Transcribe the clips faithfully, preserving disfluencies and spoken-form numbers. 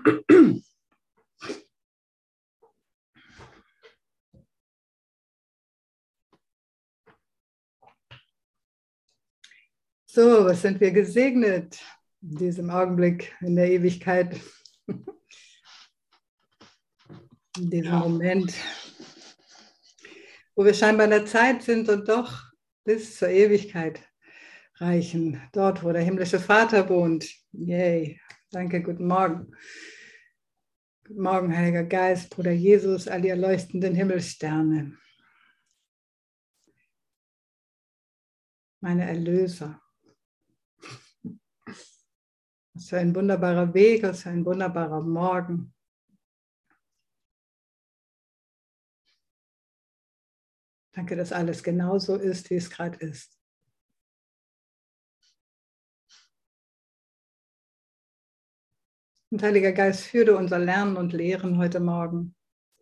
So, was sind wir gesegnet in diesem Augenblick, in der Ewigkeit, in diesem ja. Moment, wo wir scheinbar in der Zeit sind und doch bis zur Ewigkeit reichen, dort, wo der himmlische Vater wohnt. Yay, danke, guten Morgen. Guten Morgen, Heiliger Geist, Bruder Jesus, all ihr leuchtenden Himmelssterne, meine Erlöser. Was für ein wunderbarer Weg, was für ein wunderbarer Morgen. Danke, dass alles genauso ist, wie es gerade ist. Und Heiliger Geist, führe unser Lernen und Lehren heute Morgen.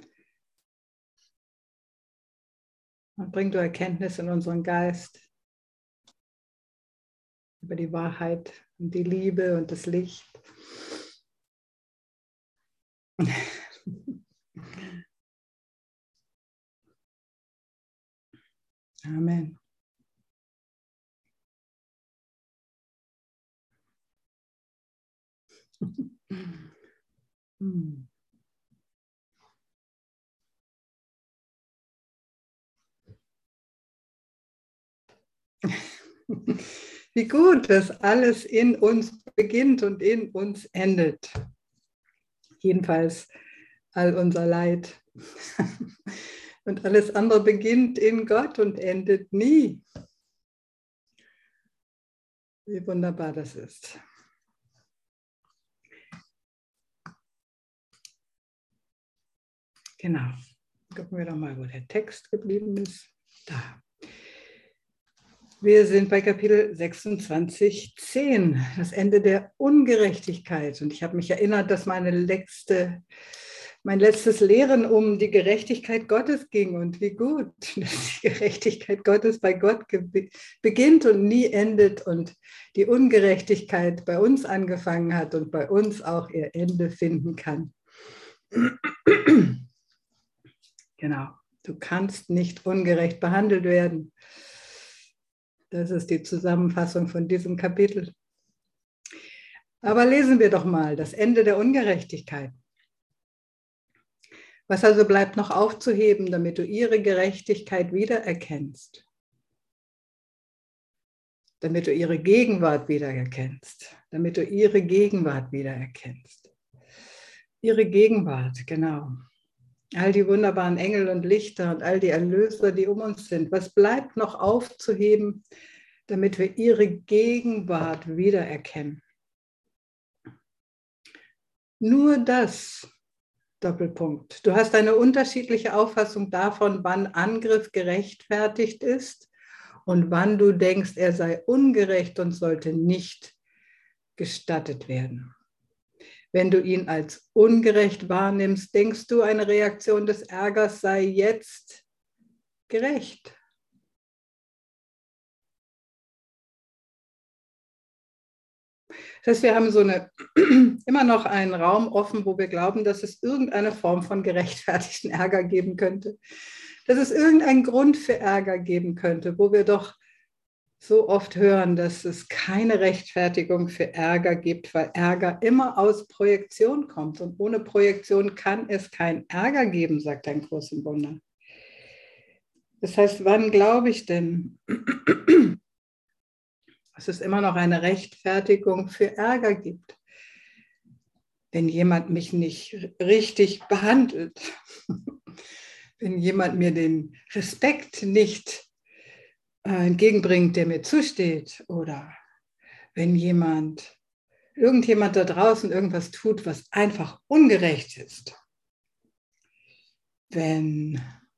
Und bring du Erkenntnis in unseren Geist über die Wahrheit und die Liebe und das Licht. Amen. Hm. Wie gut, dass alles in uns beginnt und in uns endet. Jedenfalls all unser Leid. Und alles andere beginnt in Gott und endet nie. Wie wunderbar das ist. Genau. Gucken wir doch mal, wo der Text geblieben ist. Da. Wir sind bei Kapitel sechsundzwanzig, zehn, das Ende der Ungerechtigkeit. Und ich habe mich erinnert, dass meine letzte, mein letztes Lehren um die Gerechtigkeit Gottes ging. Und wie gut, dass die Gerechtigkeit Gottes bei Gott beginnt und nie endet und die Ungerechtigkeit bei uns angefangen hat und bei uns auch ihr Ende finden kann. Genau, du kannst nicht ungerecht behandelt werden. Das ist die Zusammenfassung von diesem Kapitel. Aber lesen wir doch mal das Ende der Ungerechtigkeit. Was also bleibt noch aufzuheben, damit du ihre Gerechtigkeit wiedererkennst? Damit du ihre Gegenwart wiedererkennst. Damit du ihre Gegenwart wiedererkennst. Ihre Gegenwart, genau. All die wunderbaren Engel und Lichter und all die Erlöser, die um uns sind. Was bleibt noch aufzuheben, damit wir ihre Gegenwart wiedererkennen? Nur das, Doppelpunkt. Du hast eine unterschiedliche Auffassung davon, wann Angriff gerechtfertigt ist und wann du denkst, er sei ungerecht und sollte nicht gestattet werden. Wenn du ihn als ungerecht wahrnimmst, denkst du, eine Reaktion des Ärgers sei jetzt gerecht. Das heißt, wir haben so eine, immer noch einen Raum offen, wo wir glauben, dass es irgendeine Form von gerechtfertigten Ärger geben könnte. Dass es irgendeinen Grund für Ärger geben könnte, wo wir doch so oft hören, dass es keine Rechtfertigung für Ärger gibt, weil Ärger immer aus Projektion kommt. Und ohne Projektion kann es keinen Ärger geben, sagt ein Kurs im Wunder. Das heißt, wann glaube ich denn, dass es immer noch eine Rechtfertigung für Ärger gibt? Wenn jemand mich nicht richtig behandelt, wenn jemand mir den Respekt nicht entgegenbringt, der mir zusteht, oder wenn jemand, irgendjemand da draußen irgendwas tut, was einfach ungerecht ist. Wenn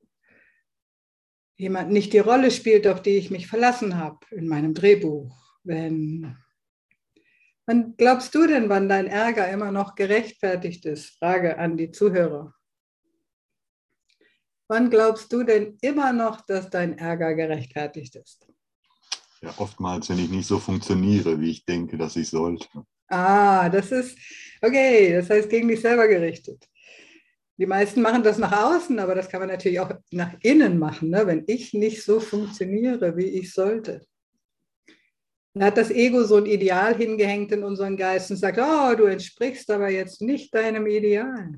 jemand nicht die Rolle spielt, auf die ich mich verlassen habe in meinem Drehbuch. Wenn, wann glaubst du denn, wann dein Ärger immer noch gerechtfertigt ist? Frage an die Zuhörer. Wann glaubst du denn immer noch, dass dein Ärger gerechtfertigt ist? Ja, oftmals, wenn ich nicht so funktioniere, wie ich denke, dass ich sollte. Ah, das ist, okay, das heißt gegen dich selber gerichtet. Die meisten machen das nach außen, aber das kann man natürlich auch nach innen machen, ne? Wenn ich nicht so funktioniere, wie ich sollte. Dann hat das Ego so ein Ideal hingehängt in unseren Geist und sagt, oh, du entsprichst aber jetzt nicht deinem Ideal.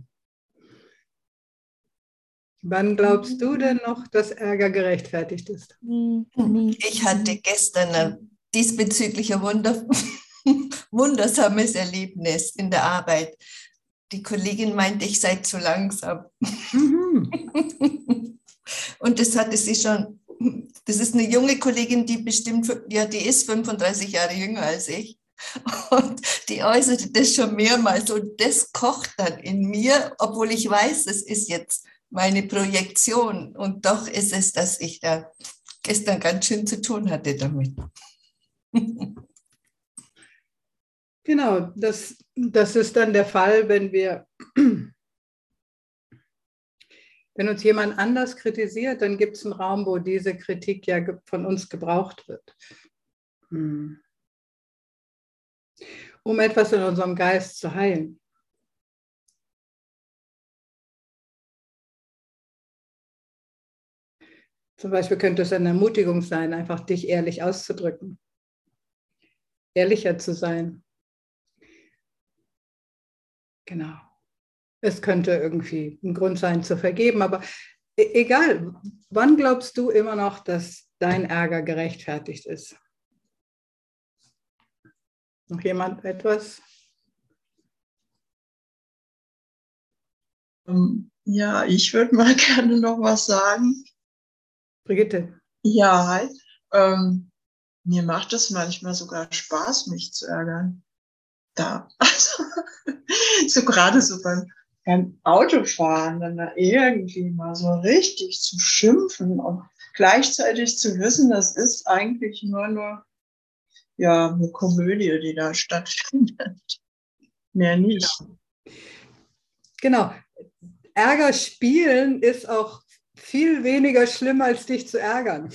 Wann glaubst du denn noch, dass Ärger gerechtfertigt ist? Ich hatte gestern ein diesbezüglich Wunder, wundersames Erlebnis in der Arbeit. Die Kollegin meinte, ich sei zu langsam. Mhm. Und das hatte sie schon, das ist eine junge Kollegin, die bestimmt, ja, die ist fünfunddreißig Jahre jünger als ich. Und die äußerte das schon mehrmals und das kocht dann in mir, obwohl ich weiß, es ist jetzt meine Projektion. Und doch ist es, dass ich da gestern ganz schön zu tun hatte damit. Genau, das, das ist dann der Fall, wenn wir, wenn uns jemand anders kritisiert, dann gibt es einen Raum, wo diese Kritik ja von uns gebraucht wird. Hm. Um etwas in unserem Geist zu heilen. Zum Beispiel könnte es eine Ermutigung sein, einfach dich ehrlich auszudrücken, ehrlicher zu sein. Genau. Es könnte irgendwie ein Grund sein, zu vergeben, aber egal, wann glaubst du immer noch, dass dein Ärger gerechtfertigt ist? Noch jemand etwas? Ja, ich würde mal gerne noch was sagen. Brigitte. Ja, hi. Ähm, mir macht es manchmal sogar Spaß, mich zu ärgern. Da, also, so gerade so beim, beim Autofahren, dann da irgendwie mal so richtig zu schimpfen und gleichzeitig zu wissen, das ist eigentlich nur nur, ja, eine Komödie, die da stattfindet. Mehr nicht. Genau. Ärger spielen ist auch viel weniger schlimm, als dich zu ärgern.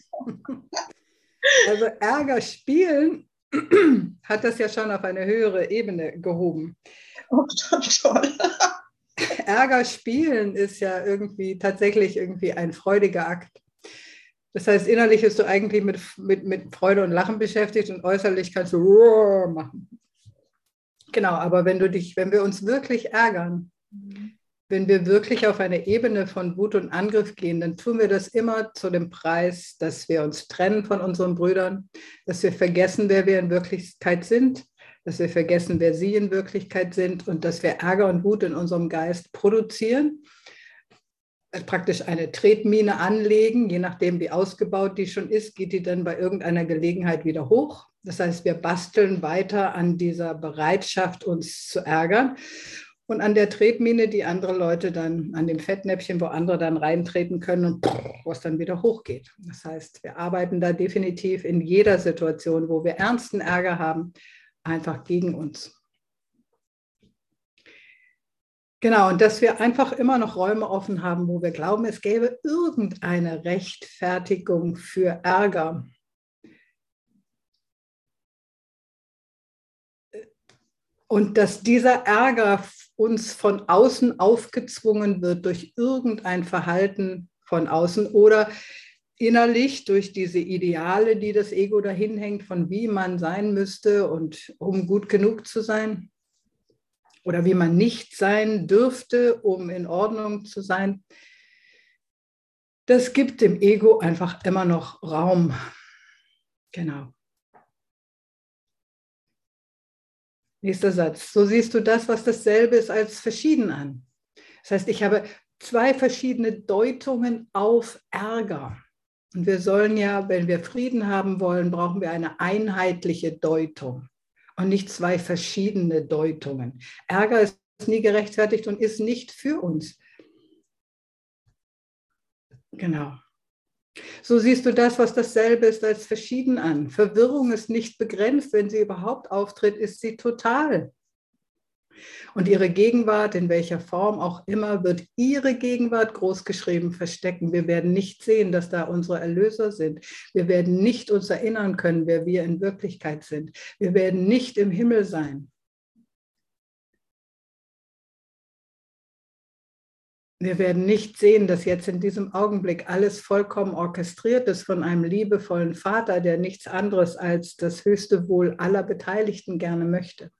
Also Ärger spielen hat das ja schon auf eine höhere Ebene gehoben. Oh, toll. Ärger spielen ist ja irgendwie tatsächlich irgendwie ein freudiger Akt. Das heißt, innerlich bist du eigentlich mit, mit, mit Freude und Lachen beschäftigt und äußerlich kannst du machen. Genau, aber wenn du dich, wenn wir uns wirklich ärgern, wenn wir wirklich auf eine Ebene von Wut und Angriff gehen, dann tun wir das immer zu dem Preis, dass wir uns trennen von unseren Brüdern, dass wir vergessen, wer wir in Wirklichkeit sind, dass wir vergessen, wer sie in Wirklichkeit sind und dass wir Ärger und Wut in unserem Geist produzieren, praktisch eine Tretmine anlegen, je nachdem, wie ausgebaut die schon ist, geht die dann bei irgendeiner Gelegenheit wieder hoch. Das heißt, wir basteln weiter an dieser Bereitschaft, uns zu ärgern. Und an der Tretmine, die andere Leute dann, an dem Fettnäpfchen, wo andere dann reintreten können und wo es dann wieder hochgeht. Das heißt, wir arbeiten da definitiv in jeder Situation, wo wir ernsten Ärger haben, einfach gegen uns. Genau, und dass wir einfach immer noch Räume offen haben, wo wir glauben, es gäbe irgendeine Rechtfertigung für Ärger. Und dass dieser Ärger uns von außen aufgezwungen wird durch irgendein Verhalten von außen oder innerlich durch diese Ideale, die das Ego dahin hängt, von wie man sein müsste und um gut genug zu sein. Oder wie man nicht sein dürfte, um in Ordnung zu sein. Das gibt dem Ego einfach immer noch Raum. Genau. Nächster Satz. So siehst du das, was dasselbe ist, als verschieden an. Das heißt, ich habe zwei verschiedene Deutungen auf Ärger. Und wir sollen ja, wenn wir Frieden haben wollen, brauchen wir eine einheitliche Deutung und nicht zwei verschiedene Deutungen. Ärger ist nie gerechtfertigt und ist nicht für uns. Genau. So siehst du das, was dasselbe ist, als verschieden an. Verwirrung ist nicht begrenzt. Wenn sie überhaupt auftritt, ist sie total. Und ihre Gegenwart, in welcher Form auch immer, wird ihre Gegenwart großgeschrieben verstecken. Wir werden nicht sehen, dass da unsere Erlöser sind. Wir werden nicht uns erinnern können, wer wir in Wirklichkeit sind. Wir werden nicht im Himmel sein. Wir werden nicht sehen, dass jetzt in diesem Augenblick alles vollkommen orchestriert ist von einem liebevollen Vater, der nichts anderes als das höchste Wohl aller Beteiligten gerne möchte.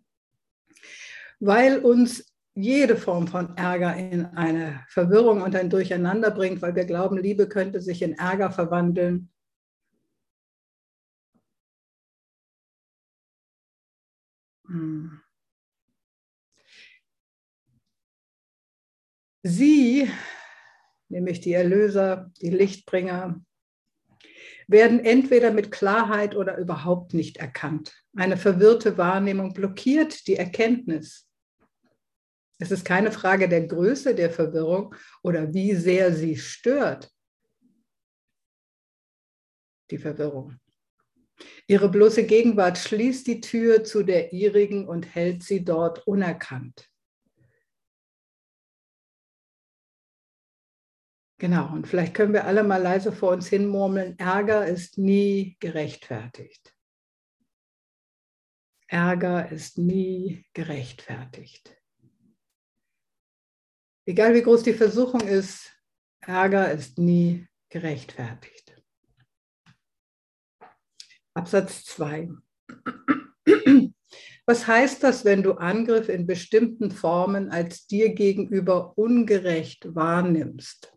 Weil uns jede Form von Ärger in eine Verwirrung und ein Durcheinander bringt, weil wir glauben, Liebe könnte sich in Ärger verwandeln. Hm. Sie, nämlich die Erlöser, die Lichtbringer, werden entweder mit Klarheit oder überhaupt nicht erkannt. Eine verwirrte Wahrnehmung blockiert die Erkenntnis. Es ist keine Frage der Größe der Verwirrung oder wie sehr sie stört, die Verwirrung. Ihre bloße Gegenwart schließt die Tür zu der ihrigen und hält sie dort unerkannt. Genau, und vielleicht können wir alle mal leise vor uns hin murmeln, Ärger ist nie gerechtfertigt. Ärger ist nie gerechtfertigt. Egal wie groß die Versuchung ist, Ärger ist nie gerechtfertigt. Absatz zwei. Was heißt das, wenn du Angriff in bestimmten Formen als dir gegenüber ungerecht wahrnimmst?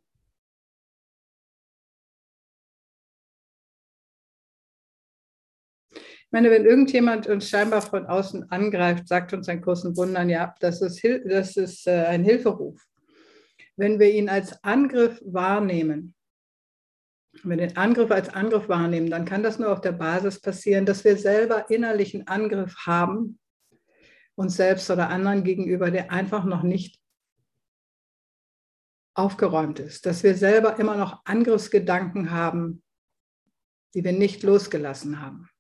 Ich meine, wenn irgendjemand uns scheinbar von außen angreift, sagt uns ein Kurs in Wundern, ja, das ist, das ist äh, ein Hilferuf. Wenn wir ihn als Angriff wahrnehmen, wenn wir den Angriff als Angriff wahrnehmen, dann kann das nur auf der Basis passieren, dass wir selber innerlichen Angriff haben, uns selbst oder anderen gegenüber, der einfach noch nicht aufgeräumt ist. Dass wir selber immer noch Angriffsgedanken haben, die wir nicht losgelassen haben.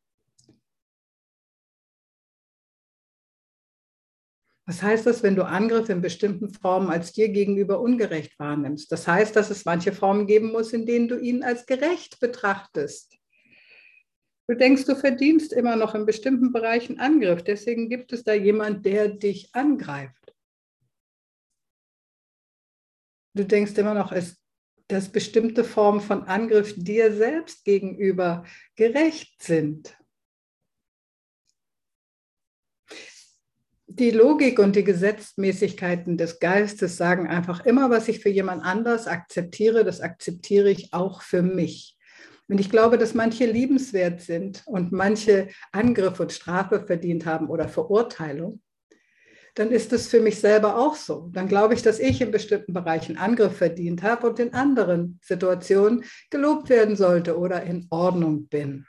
Was heißt das, wenn du Angriff in bestimmten Formen als dir gegenüber ungerecht wahrnimmst? Das heißt, dass es manche Formen geben muss, in denen du ihn als gerecht betrachtest. Du denkst, du verdienst immer noch in bestimmten Bereichen Angriff. Deswegen gibt es da jemand, der dich angreift. Du denkst immer noch, dass bestimmte Formen von Angriff dir selbst gegenüber gerecht sind. Die Logik und die Gesetzmäßigkeiten des Geistes sagen einfach, immer was ich für jemand anders akzeptiere, das akzeptiere ich auch für mich. Wenn ich glaube, dass manche liebenswert sind und manche Angriff und Strafe verdient haben oder Verurteilung, dann ist es für mich selber auch so. Dann glaube ich, dass ich in bestimmten Bereichen Angriff verdient habe und in anderen Situationen gelobt werden sollte oder in Ordnung bin.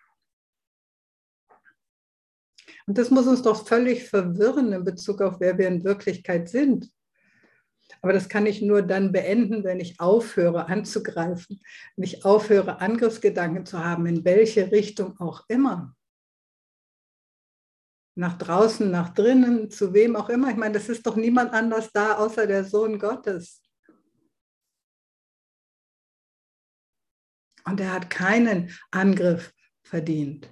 Und das muss uns doch völlig verwirren in Bezug auf, wer wir in Wirklichkeit sind. Aber das kann ich nur dann beenden, wenn ich aufhöre anzugreifen, wenn ich aufhöre, Angriffsgedanken zu haben, in welche Richtung auch immer. Nach draußen, nach drinnen, zu wem auch immer. Ich meine, das ist doch niemand anders da, außer der Sohn Gottes. Und er hat keinen Angriff verdient.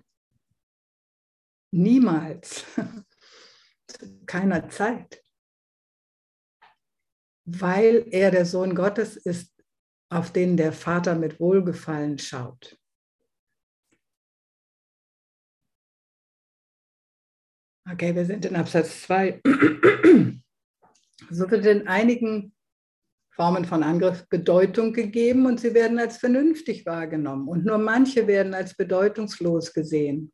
Niemals. Zu keiner Zeit. Weil er der Sohn Gottes ist, auf den der Vater mit Wohlgefallen schaut. Okay, wir sind in Absatz zwei. So wird in einigen Formen von Angriff Bedeutung gegeben und sie werden als vernünftig wahrgenommen und nur manche werden als bedeutungslos gesehen.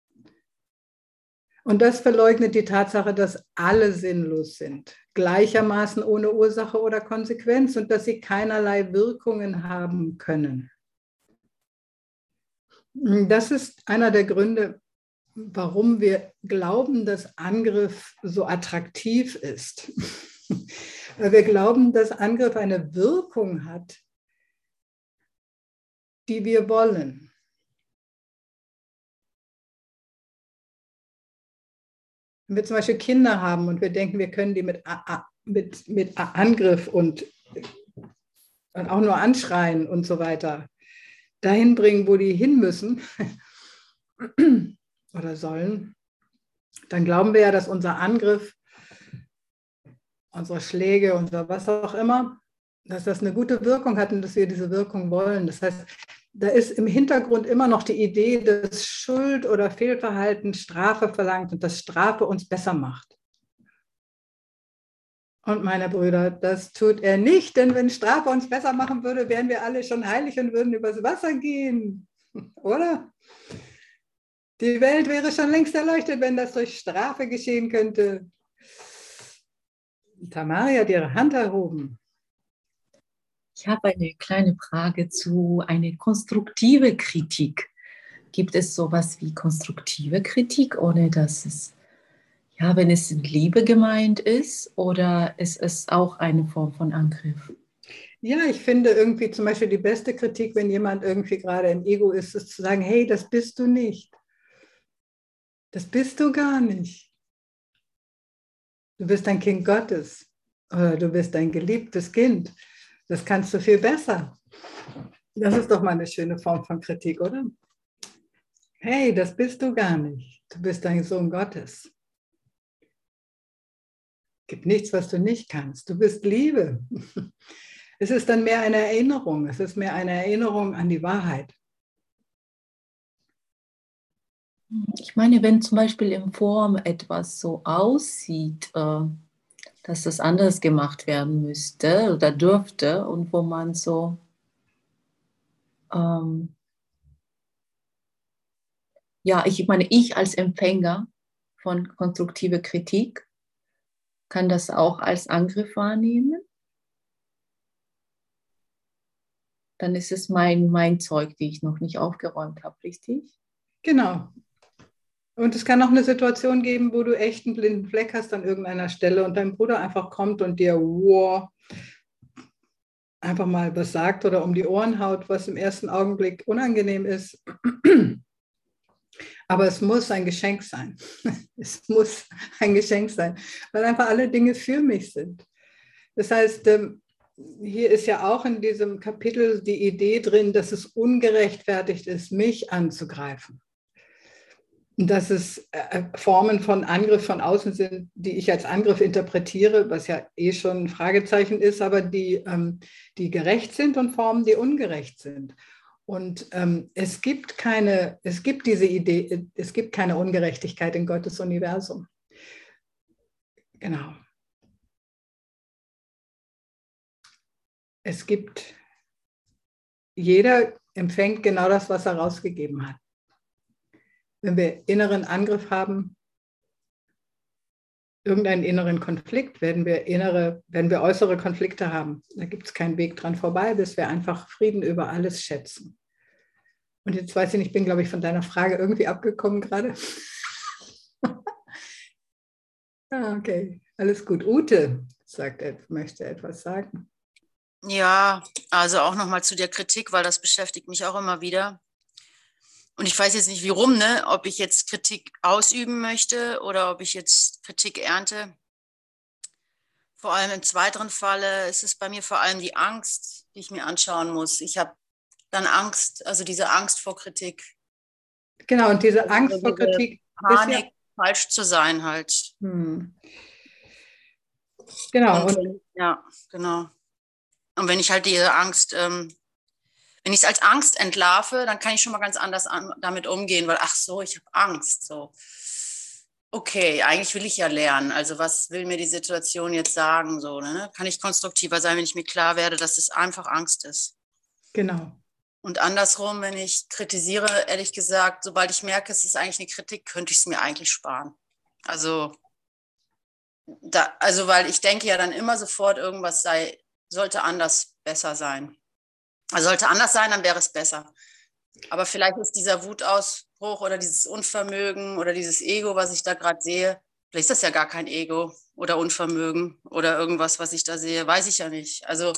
Und das verleugnet die Tatsache, dass alle sinnlos sind, gleichermaßen ohne Ursache oder Konsequenz und dass sie keinerlei Wirkungen haben können. Das ist einer der Gründe, warum wir glauben, dass Angriff so attraktiv ist. Weil wir glauben, dass Angriff eine Wirkung hat, die wir wollen. Wenn wir zum Beispiel Kinder haben und wir denken, wir können die mit, mit, mit Angriff und, und auch nur anschreien und so weiter dahin bringen, wo die hin müssen oder sollen, dann glauben wir ja, dass unser Angriff, unsere Schläge, unser was auch immer, dass das eine gute Wirkung hat und dass wir diese Wirkung wollen. Das heißt, da ist im Hintergrund immer noch die Idee, dass Schuld oder Fehlverhalten Strafe verlangt und dass Strafe uns besser macht. Und meine Brüder, das tut er nicht, denn wenn Strafe uns besser machen würde, wären wir alle schon heilig und würden übers Wasser gehen, oder? Die Welt wäre schon längst erleuchtet, wenn das durch Strafe geschehen könnte. Tamari hat ihre Hand erhoben. Ich habe eine kleine Frage zu einer konstruktiven Kritik. Gibt es sowas wie konstruktive Kritik, ohne dass es, ja, wenn es in Liebe gemeint ist, oder ist es auch eine Form von Angriff? Ja, ich finde irgendwie zum Beispiel die beste Kritik, wenn jemand irgendwie gerade im Ego ist, ist zu sagen, hey, das bist du nicht. Das bist du gar nicht. Du bist ein Kind Gottes oder du bist ein geliebtes Kind. Das kannst du viel besser. Das ist doch mal eine schöne Form von Kritik, oder? Hey, das bist du gar nicht. Du bist ein Sohn Gottes. Es gibt nichts, was du nicht kannst. Du bist Liebe. Es ist dann mehr eine Erinnerung. Es ist mehr eine Erinnerung an die Wahrheit. Ich meine, wenn zum Beispiel in Form etwas so aussieht, äh, dass das anders gemacht werden müsste oder dürfte und wo man so ähm, ja, ich meine, ich als Empfänger von konstruktiver Kritik kann das auch als Angriff wahrnehmen. Dann ist es mein, mein Zeug, die ich noch nicht aufgeräumt habe, richtig? Genau. Und es kann auch eine Situation geben, wo du echt einen blinden Fleck hast an irgendeiner Stelle und dein Bruder einfach kommt und dir wow, einfach mal was sagt oder um die Ohren haut, was im ersten Augenblick unangenehm ist. Aber es muss ein Geschenk sein. Es muss ein Geschenk sein, weil einfach alle Dinge für mich sind. Das heißt, hier ist ja auch in diesem Kapitel die Idee drin, dass es ungerechtfertigt ist, mich anzugreifen. Dass es Formen von Angriff von außen sind, die ich als Angriff interpretiere, was ja eh schon ein Fragezeichen ist, aber die, ähm, die gerecht sind und Formen, die ungerecht sind. Und ähm, es gibt keine, es gibt diese Idee, es gibt keine Ungerechtigkeit in Gottes Universum. Genau. Es gibt, jeder empfängt genau das, was er rausgegeben hat. Wenn wir inneren Angriff haben, irgendeinen inneren Konflikt, werden wir, innere, werden wir äußere Konflikte haben. Da gibt es keinen Weg dran vorbei, bis wir einfach Frieden über alles schätzen. Und jetzt weiß ich nicht, ich bin, glaube ich, von deiner Frage irgendwie abgekommen gerade. Ah, okay, alles gut. Ute sagt, möchte etwas sagen. Ja, also auch nochmal zu der Kritik, weil das beschäftigt mich auch immer wieder. Und ich weiß jetzt nicht, wie rum, ne? Ob ich jetzt Kritik ausüben möchte oder ob ich jetzt Kritik ernte. Vor allem im zweiteren Falle ist es bei mir vor allem die Angst, die ich mir anschauen muss. Ich habe dann Angst, also diese Angst vor Kritik. Genau, und diese Angst also vor diese Kritik Panik, ist ja, falsch zu sein halt. Hm. Genau. Und, Und, ja, genau. Und wenn ich halt diese Angst, ähm, wenn ich es als Angst entlarve, dann kann ich schon mal ganz anders an, damit umgehen, weil ach so, ich habe Angst. So, okay, eigentlich will ich ja lernen. Also was will mir die Situation jetzt sagen? So, ne? Kann ich konstruktiver sein, wenn ich mir klar werde, dass es einfach Angst ist. genau. Und andersrum, wenn ich kritisiere, ehrlich gesagt, sobald ich merke, es ist eigentlich eine Kritik, könnte ich es mir eigentlich sparen. Also, da, also weil ich denke ja dann immer sofort, irgendwas sei, sollte anders besser sein. Also sollte anders sein, dann wäre es besser. Aber vielleicht ist dieser Wutausbruch oder dieses Unvermögen oder dieses Ego, was ich da gerade sehe, vielleicht ist das ja gar kein Ego oder Unvermögen oder irgendwas, was ich da sehe, weiß ich ja nicht. Also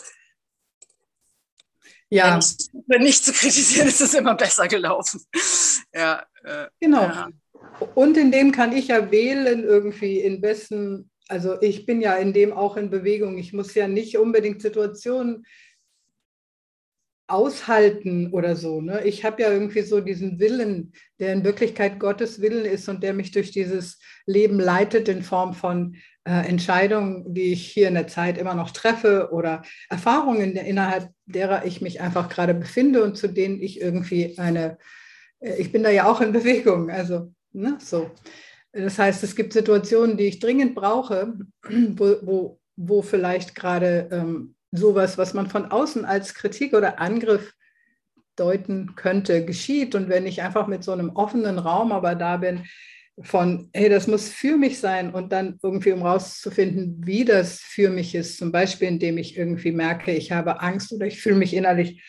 Ja, wenn ich wenn nicht zu kritisieren, ist es immer besser gelaufen. Ja, äh, genau. ja. Und in dem kann ich ja wählen, irgendwie in wessen, also ich bin ja in dem auch in Bewegung. Ich muss ja nicht unbedingt Situationen aushalten oder so. Ne? Ich habe ja irgendwie so diesen Willen, der in Wirklichkeit Gottes Willen ist und der mich durch dieses Leben leitet in Form von äh, Entscheidungen, die ich hier in der Zeit immer noch treffe oder Erfahrungen, innerhalb derer ich mich einfach gerade befinde und zu denen ich irgendwie eine, äh, ich bin da ja auch in Bewegung, also ne, so. Das heißt, es gibt Situationen, die ich dringend brauche, wo, wo, wo vielleicht gerade ähm, sowas, was man von außen als Kritik oder Angriff deuten könnte, geschieht. Und wenn ich einfach mit so einem offenen Raum aber da bin, von, hey, das muss für mich sein und dann irgendwie, um rauszufinden, wie das für mich ist, zum Beispiel, indem ich irgendwie merke, ich habe Angst oder ich fühle mich innerlich,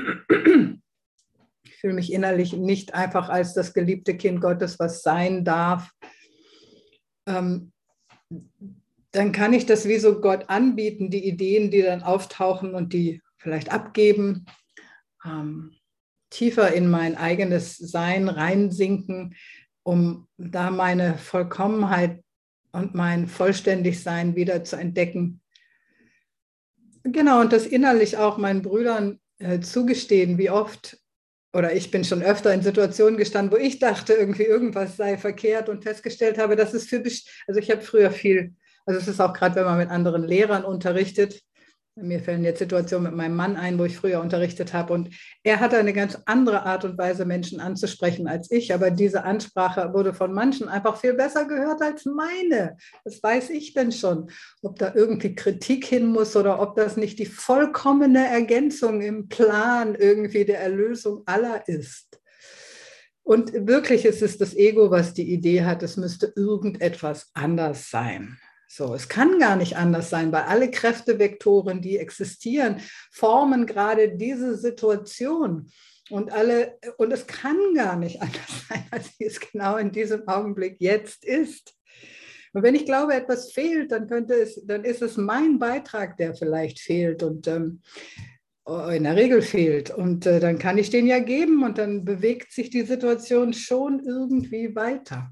ich fühle mich innerlich nicht einfach als das geliebte Kind Gottes, was sein darf, ähm, dann kann ich das wie so Gott anbieten, die Ideen, die dann auftauchen und die vielleicht abgeben, ähm, tiefer in mein eigenes Sein reinsinken, um da meine Vollkommenheit und mein Vollständigsein wieder zu entdecken. Genau, und das innerlich auch meinen Brüdern äh, zugestehen, wie oft, oder ich bin schon öfter in Situationen gestanden, wo ich dachte, irgendwie irgendwas sei verkehrt und festgestellt habe, dass es für, also ich habe früher viel, also es ist auch gerade, wenn man mit anderen Lehrern unterrichtet, mir fällen jetzt Situationen mit meinem Mann ein, wo ich früher unterrichtet habe und er hatte eine ganz andere Art und Weise, Menschen anzusprechen als ich, aber diese Ansprache wurde von manchen einfach viel besser gehört als meine. Das weiß ich denn schon, ob da irgendwie Kritik hin muss oder ob das nicht die vollkommene Ergänzung im Plan irgendwie der Erlösung aller ist. Und wirklich ist es das Ego, was die Idee hat, es müsste irgendetwas anders sein. So, es kann gar nicht anders sein, weil alle Kräftevektoren, die existieren, formen gerade diese Situation. Und, alle, und es kann gar nicht anders sein, als es genau in diesem Augenblick jetzt ist. Und wenn ich glaube, etwas fehlt, dann, könnte es, dann ist es mein Beitrag, der vielleicht fehlt und ähm, in der Regel fehlt. Und äh, dann kann ich den ja geben und dann bewegt sich die Situation schon irgendwie weiter.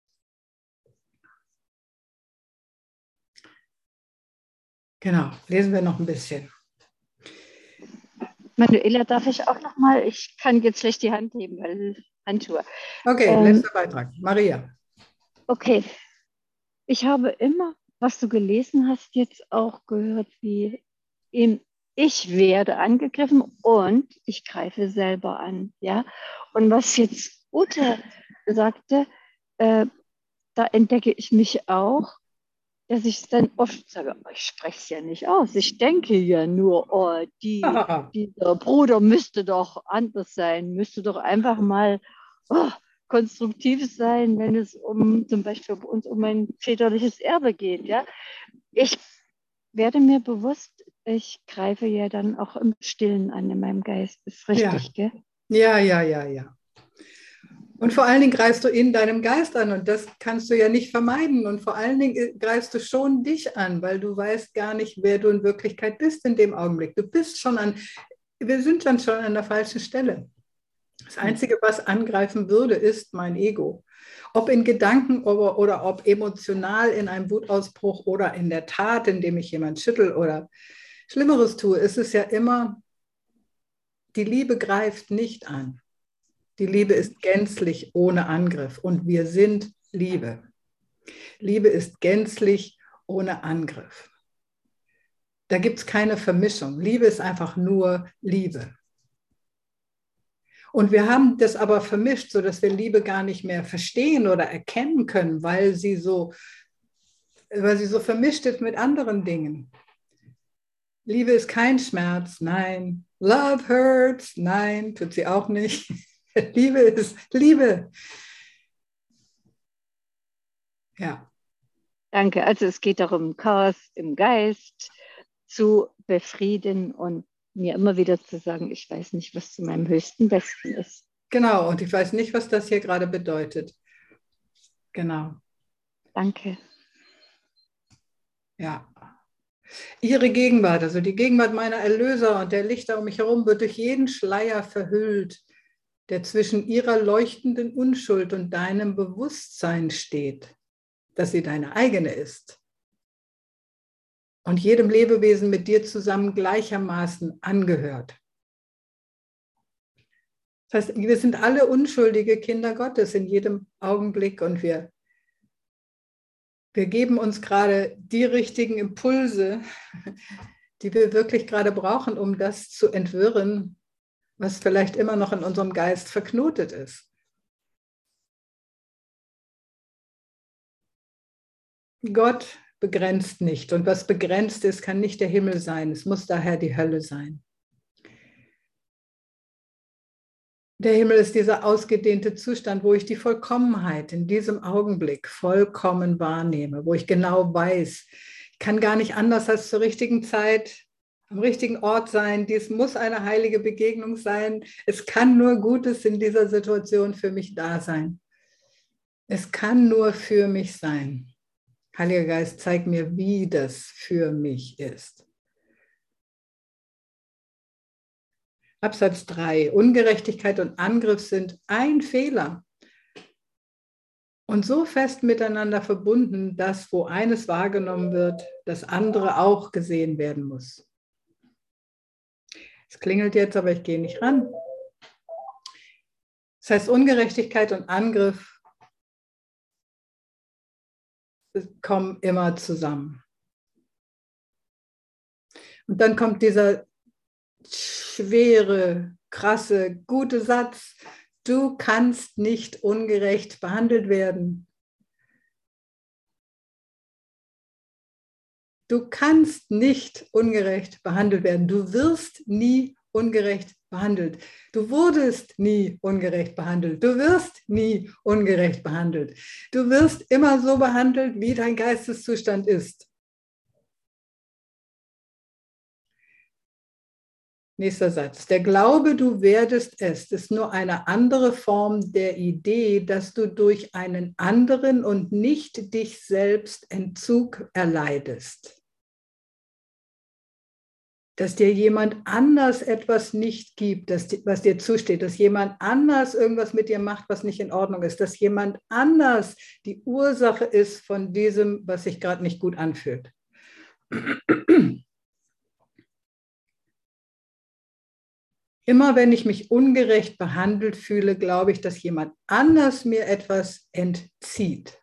Genau, lesen wir noch ein bisschen. Manuela, darf ich auch noch mal? Ich kann jetzt schlecht die Hand heben, weil Handschuhe. Okay, ähm, letzter Beitrag. Maria. Okay. Ich habe immer, was du gelesen hast, jetzt auch gehört, wie im Ich werde angegriffen und ich greife selber an. Ja? Und was jetzt Ute sagte, äh, da entdecke ich mich auch, dass ich dann oft sage, ich spreche es ja nicht aus. Ich denke ja nur, oh, die, dieser Bruder müsste doch anders sein, müsste doch einfach mal oh, konstruktiv sein, wenn es um zum Beispiel bei uns um ein väterliches Erbe geht. Ja? Ich werde mir bewusst, ich greife ja dann auch im Stillen an in meinem Geist. Ist richtig, ja. Gell? Ja, ja, ja, ja. Und vor allen Dingen greifst du in deinem Geist an und das kannst du ja nicht vermeiden. Und vor allen Dingen greifst du schon dich an, weil du weißt gar nicht, wer du in Wirklichkeit bist in dem Augenblick. Du bist schon an, wir sind dann schon an der falschen Stelle. Das Einzige, was angreifen würde, ist mein Ego. Ob in Gedanken oder, oder ob emotional in einem Wutausbruch oder in der Tat, indem ich jemanden schüttel oder Schlimmeres tue, ist es ja immer, die Liebe greift nicht an. Die Liebe ist gänzlich ohne Angriff und wir sind Liebe. Liebe ist gänzlich ohne Angriff. Da gibt es keine Vermischung. Liebe ist einfach nur Liebe. Und wir haben das aber vermischt, sodass wir Liebe gar nicht mehr verstehen oder erkennen können, weil sie so, weil sie so vermischt ist mit anderen Dingen. Liebe ist kein Schmerz, nein. Love hurts, nein, tut sie auch nicht. Liebe ist Liebe. Ja. Danke. Also es geht darum, Chaos im Geist zu befrieden und mir immer wieder zu sagen, ich weiß nicht, was zu meinem höchsten Besten ist. Genau, und ich weiß nicht, was das hier gerade bedeutet. Genau. Danke. Ja. Ihre Gegenwart, also die Gegenwart meiner Erlöser und der Lichter um mich herum, wird durch jeden Schleier verhüllt, der zwischen ihrer leuchtenden Unschuld und deinem Bewusstsein steht, dass sie deine eigene ist und jedem Lebewesen mit dir zusammen gleichermaßen angehört. Das heißt, wir sind alle unschuldige Kinder Gottes in jedem Augenblick und wir, wir geben uns gerade die richtigen Impulse, die wir wirklich gerade brauchen, um das zu entwirren, was vielleicht immer noch in unserem Geist verknotet ist. Gott begrenzt nicht und was begrenzt ist, kann nicht der Himmel sein. Es muss daher die Hölle sein. Der Himmel ist dieser ausgedehnte Zustand, wo ich die Vollkommenheit in diesem Augenblick vollkommen wahrnehme, wo ich genau weiß, ich kann gar nicht anders als zur richtigen Zeit am richtigen Ort sein. Dies muss eine heilige Begegnung sein. Es kann nur Gutes in dieser Situation für mich da sein. Es kann nur für mich sein. Heiliger Geist, zeig mir, wie das für mich ist. Absatz drei. Ungerechtigkeit und Angriff sind ein Fehler und so fest miteinander verbunden, dass wo eines wahrgenommen wird, das andere auch gesehen werden muss. Es klingelt jetzt, aber ich gehe nicht ran. Das heißt, Ungerechtigkeit und Angriff kommen immer zusammen. Und dann kommt dieser schwere, krasse, gute Satz: Du kannst nicht ungerecht behandelt werden. Du kannst nicht ungerecht behandelt werden. Du wirst nie ungerecht behandelt. Du wurdest nie ungerecht behandelt. Du wirst nie ungerecht behandelt. Du wirst immer so behandelt, wie dein Geisteszustand ist. Nächster Satz. Der Glaube, du werdest es, ist nur eine andere Form der Idee, dass du durch einen anderen und nicht dich selbst Entzug erleidest. Dass dir jemand anders etwas nicht gibt, das, was dir zusteht, dass jemand anders irgendwas mit dir macht, was nicht in Ordnung ist, dass jemand anders die Ursache ist von diesem, was sich gerade nicht gut anfühlt. Immer wenn ich mich ungerecht behandelt fühle, glaube ich, dass jemand anders mir etwas entzieht.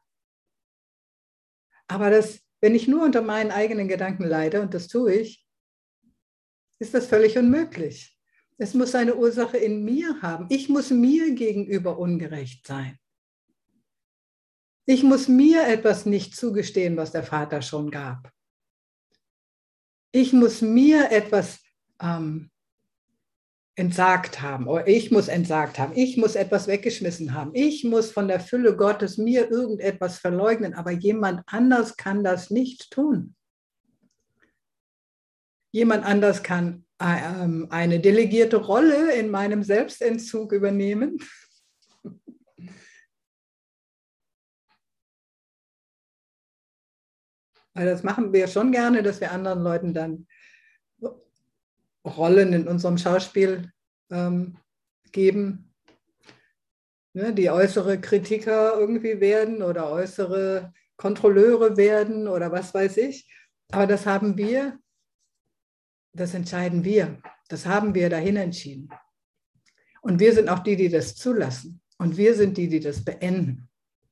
Aber das, wenn ich nur unter meinen eigenen Gedanken leide, und das tue ich, ist das völlig unmöglich. Es muss eine Ursache in mir haben. Ich muss mir gegenüber ungerecht sein. Ich muss mir etwas nicht zugestehen, was der Vater schon gab. Ich muss mir etwas ähm, entsagt haben, oder ich muss entsagt haben, ich muss etwas weggeschmissen haben, ich muss von der Fülle Gottes mir irgendetwas verleugnen, aber jemand anders kann das nicht tun. Jemand anders kann ähm, eine delegierte Rolle in meinem Selbstentzug übernehmen. Weil das machen wir schon gerne, dass wir anderen Leuten dann Rollen in unserem Schauspiel ähm, geben, ne, die äußere Kritiker irgendwie werden oder äußere Kontrolleure werden oder was weiß ich. Aber das haben wir, das entscheiden wir, das haben wir dahin entschieden. Und wir sind auch die, die das zulassen. Und wir sind die, die das beenden.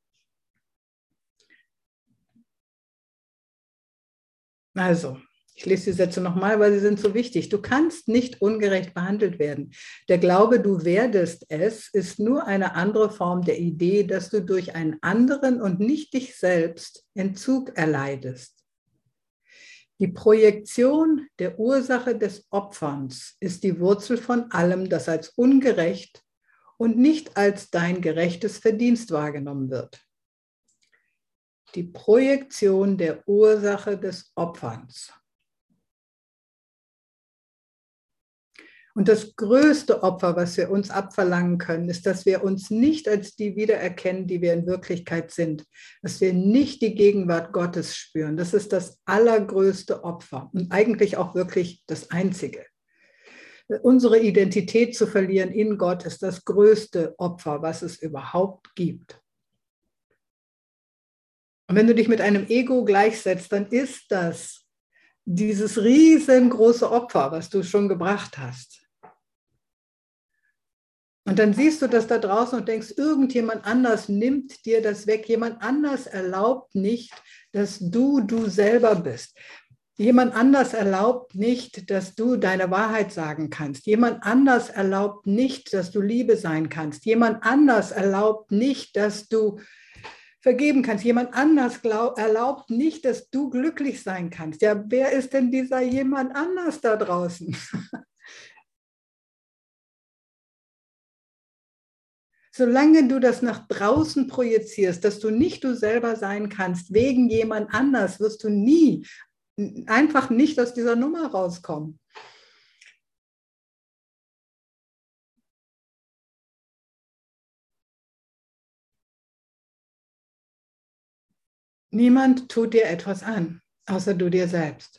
Also, ich lese die Sätze nochmal, weil sie sind so wichtig. Du kannst nicht ungerecht behandelt werden. Der Glaube, du werdest es, ist nur eine andere Form der Idee, dass du durch einen anderen und nicht dich selbst Entzug erleidest. Die Projektion der Ursache des Opferns ist die Wurzel von allem, das als ungerecht und nicht als dein gerechtes Verdienst wahrgenommen wird. Die Projektion der Ursache des Opferns. Und das größte Opfer, was wir uns abverlangen können, ist, dass wir uns nicht als die wiedererkennen, die wir in Wirklichkeit sind. Dass wir nicht die Gegenwart Gottes spüren. Das ist das allergrößte Opfer und eigentlich auch wirklich das einzige. Unsere Identität zu verlieren in Gott ist das größte Opfer, was es überhaupt gibt. Und wenn du dich mit einem Ego gleichsetzt, dann ist das dieses riesengroße Opfer, was du schon gebracht hast. Und dann siehst du das da draußen und denkst, irgendjemand anders nimmt dir das weg. Jemand anders erlaubt nicht, dass du du selber bist. Jemand anders erlaubt nicht, dass du deine Wahrheit sagen kannst. Jemand anders erlaubt nicht, dass du Liebe sein kannst. Jemand anders erlaubt nicht, dass du vergeben kannst. Jemand anders glaub, erlaubt nicht, dass du glücklich sein kannst. Ja, wer ist denn dieser jemand anders da draußen? Solange du das nach draußen projizierst, dass du nicht du selber sein kannst, wegen jemand anders, wirst du nie, einfach nicht aus dieser Nummer rauskommen. Niemand tut dir etwas an, außer du dir selbst.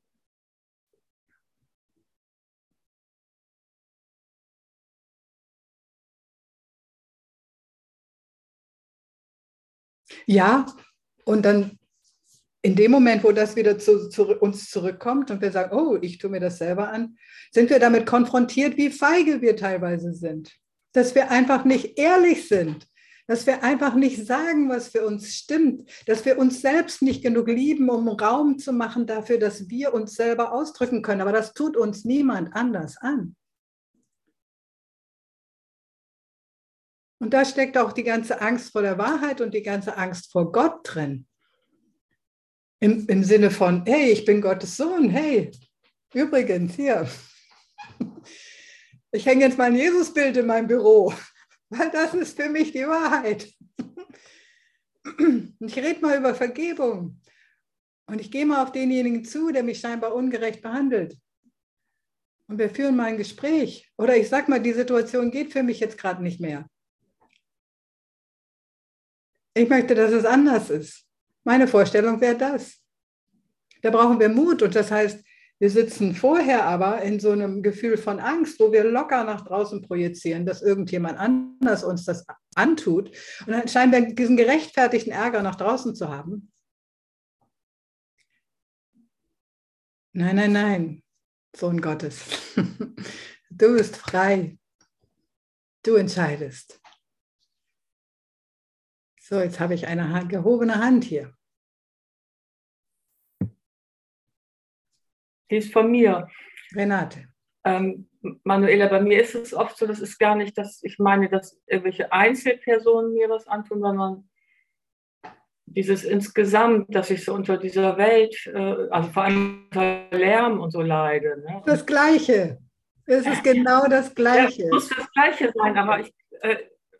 Ja, und dann in dem Moment, wo das wieder zu, zu uns zurückkommt und wir sagen, oh, ich tue mir das selber an, sind wir damit konfrontiert, wie feige wir teilweise sind. Dass wir einfach nicht ehrlich sind. Dass wir einfach nicht sagen, was für uns stimmt. Dass wir uns selbst nicht genug lieben, um Raum zu machen dafür, dass wir uns selber ausdrücken können. Aber das tut uns niemand anders an. Und da steckt auch die ganze Angst vor der Wahrheit und die ganze Angst vor Gott drin. Im, im Sinne von, hey, ich bin Gottes Sohn, hey, übrigens, hier, ich hänge jetzt mal ein Jesusbild in meinem Büro, weil das ist für mich die Wahrheit. Ich rede mal über Vergebung und ich gehe mal auf denjenigen zu, der mich scheinbar ungerecht behandelt. Und wir führen mal ein Gespräch. Oder ich sage mal, die Situation geht für mich jetzt gerade nicht mehr. Ich möchte, dass es anders ist. Meine Vorstellung wäre das. Da brauchen wir Mut und das heißt, wir sitzen vorher aber in so einem Gefühl von Angst, wo wir locker nach draußen projizieren, dass irgendjemand anders uns das antut und dann scheinen wir diesen gerechtfertigten Ärger nach draußen zu haben. Nein, nein, nein, Sohn Gottes. Du bist frei. Du entscheidest. So, jetzt habe ich eine gehobene Hand hier. Die ist von mir. Renate. Ähm, Manuela, bei mir ist es oft so, das ist gar nicht, dass ich meine, dass irgendwelche Einzelpersonen mir was antun, sondern dieses insgesamt, dass ich so unter dieser Welt, äh, also vor allem unter Lärm und so leide. Ne? Das Gleiche. Es ist genau das Gleiche. Ja, es muss das Gleiche sein, aber ich, äh,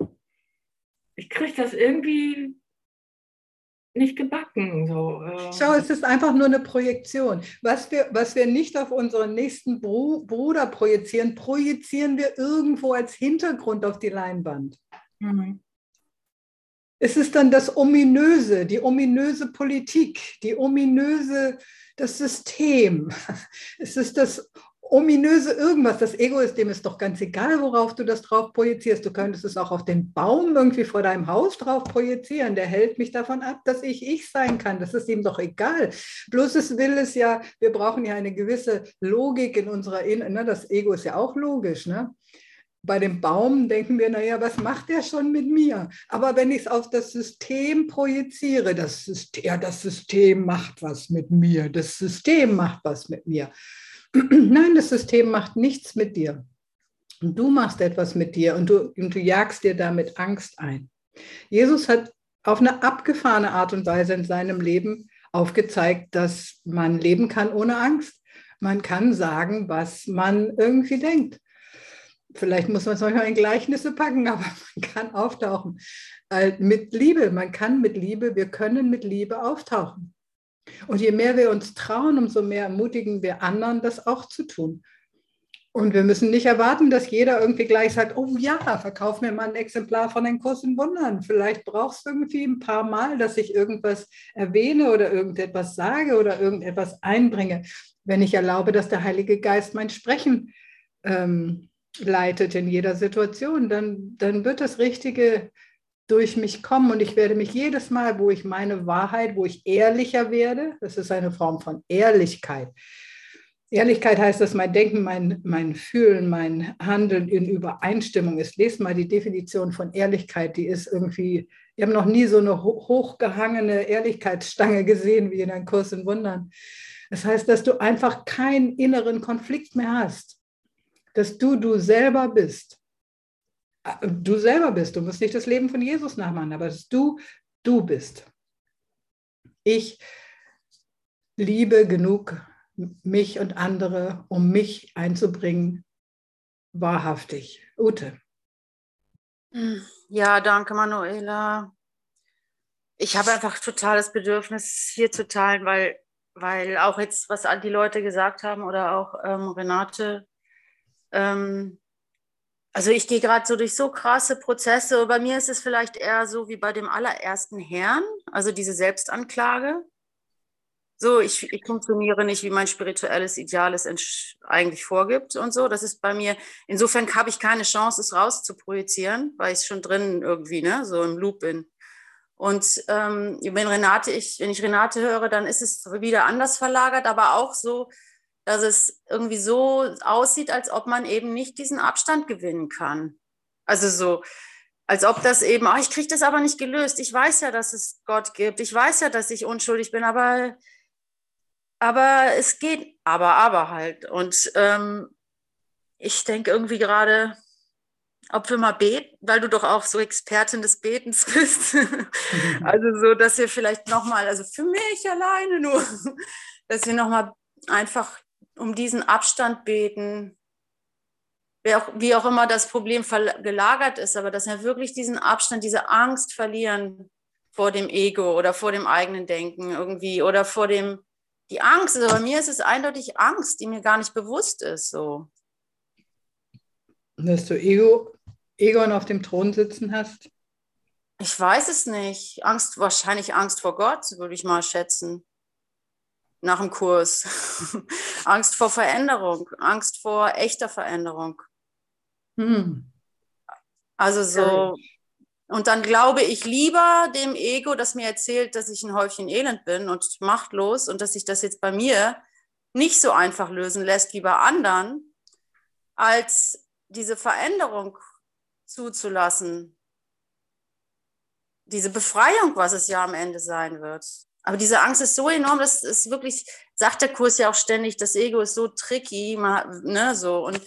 ich kriege das irgendwie nicht gebacken. So. Schau, es ist einfach nur eine Projektion. Was wir, was wir nicht auf unseren nächsten Bru- Bruder projizieren, projizieren wir irgendwo als Hintergrund auf die Leinwand. Mhm. Es ist dann das Ominöse, die ominöse Politik, die ominöse, das System. Es ist das ominöse irgendwas. Das Ego ist, dem ist doch ganz egal, worauf du das drauf projizierst. Du könntest es auch auf den Baum irgendwie vor deinem Haus drauf projizieren. Der hält mich davon ab, dass ich ich sein kann. Das ist ihm doch egal. Bloß es will es ja, wir brauchen ja eine gewisse Logik in unserer, ne? Das Ego ist ja auch logisch, ne? Bei dem Baum denken wir, naja, was macht der schon mit mir? Aber wenn ich es auf das System projiziere, das System, ja, das System macht was mit mir, das System macht was mit mir. Nein, das System macht nichts mit dir. Und du machst etwas mit dir und du, und du jagst dir damit Angst ein. Jesus hat auf eine abgefahrene Art und Weise in seinem Leben aufgezeigt, dass man leben kann ohne Angst. Man kann sagen, was man irgendwie denkt. Vielleicht muss man es manchmal in Gleichnisse packen, aber man kann auftauchen. Äh, mit Liebe, man kann mit Liebe, wir können mit Liebe auftauchen. Und je mehr wir uns trauen, umso mehr ermutigen wir anderen, das auch zu tun. Und wir müssen nicht erwarten, dass jeder irgendwie gleich sagt, oh ja, verkauf mir mal ein Exemplar von den Kurs in Wundern. Vielleicht brauchst du irgendwie ein paar Mal, dass ich irgendwas erwähne oder irgendetwas sage oder irgendetwas einbringe, wenn ich erlaube, dass der Heilige Geist mein Sprechen ähm, leitet in jeder Situation, dann, dann wird das Richtige durch mich kommen und ich werde mich jedes Mal, wo ich meine Wahrheit, wo ich ehrlicher werde, das ist eine Form von Ehrlichkeit. Ehrlichkeit heißt, dass mein Denken, mein, mein Fühlen, mein Handeln in Übereinstimmung ist. Lest mal die Definition von Ehrlichkeit, die ist irgendwie, wir haben noch nie so eine hochgehangene Ehrlichkeitsstange gesehen wie in einem Kurs in Wundern. Das heißt, dass du einfach keinen inneren Konflikt mehr hast, dass du du selber bist. Du selber bist, du musst nicht das Leben von Jesus nachmachen, aber dass du du bist. Ich liebe genug mich und andere, um mich einzubringen, wahrhaftig. Ute. Ja, danke, Manuela. Ich habe einfach total das Bedürfnis, hier zu teilen, weil, weil auch jetzt, was die Leute gesagt haben oder auch ähm, Renate, ähm, also ich gehe gerade so durch so krasse Prozesse. Bei mir ist es vielleicht eher so wie bei dem allerersten Herrn, also diese Selbstanklage. So, ich, ich funktioniere nicht, wie mein spirituelles Ideal es eigentlich vorgibt und so. Das ist bei mir, insofern habe ich keine Chance, es rauszuprojizieren, weil ich schon drin irgendwie, ne, so im Loop bin. Und ähm, wenn Renate, ich, wenn ich Renate höre, dann ist es wieder anders verlagert, aber auch so, dass es irgendwie so aussieht, als ob man eben nicht diesen Abstand gewinnen kann. Also so, als ob das eben, oh, ich kriege das aber nicht gelöst. Ich weiß ja, dass es Gott gibt. Ich weiß ja, dass ich unschuldig bin, aber Aber es geht, aber, aber halt. Und ähm, ich denke irgendwie gerade, ob wir mal beten, weil du doch auch so Expertin des Betens bist. Also so, dass wir vielleicht nochmal, also für mich alleine nur, dass wir nochmal einfach um diesen Abstand beten, wie auch, wie auch immer das Problem gelagert ist, aber dass wir wirklich diesen Abstand, diese Angst verlieren vor dem Ego oder vor dem eigenen Denken irgendwie oder vor dem Die Angst, also bei mir ist es eindeutig Angst, die mir gar nicht bewusst ist. So. Dass du Ego, Egon auf dem Thron sitzen hast? Ich weiß es nicht. Angst, wahrscheinlich Angst vor Gott, würde ich mal schätzen. Nach dem Kurs. Angst vor Veränderung, Angst vor echter Veränderung. Hm. Also so. Und dann glaube ich lieber dem Ego, das mir erzählt, dass ich ein Häufchen Elend bin und machtlos und dass sich das jetzt bei mir nicht so einfach lösen lässt wie bei anderen, als diese Veränderung zuzulassen. Diese Befreiung, was es ja am Ende sein wird. Aber diese Angst ist so enorm, das ist wirklich, sagt der Kurs ja auch ständig, das Ego ist so tricky, ne, so, und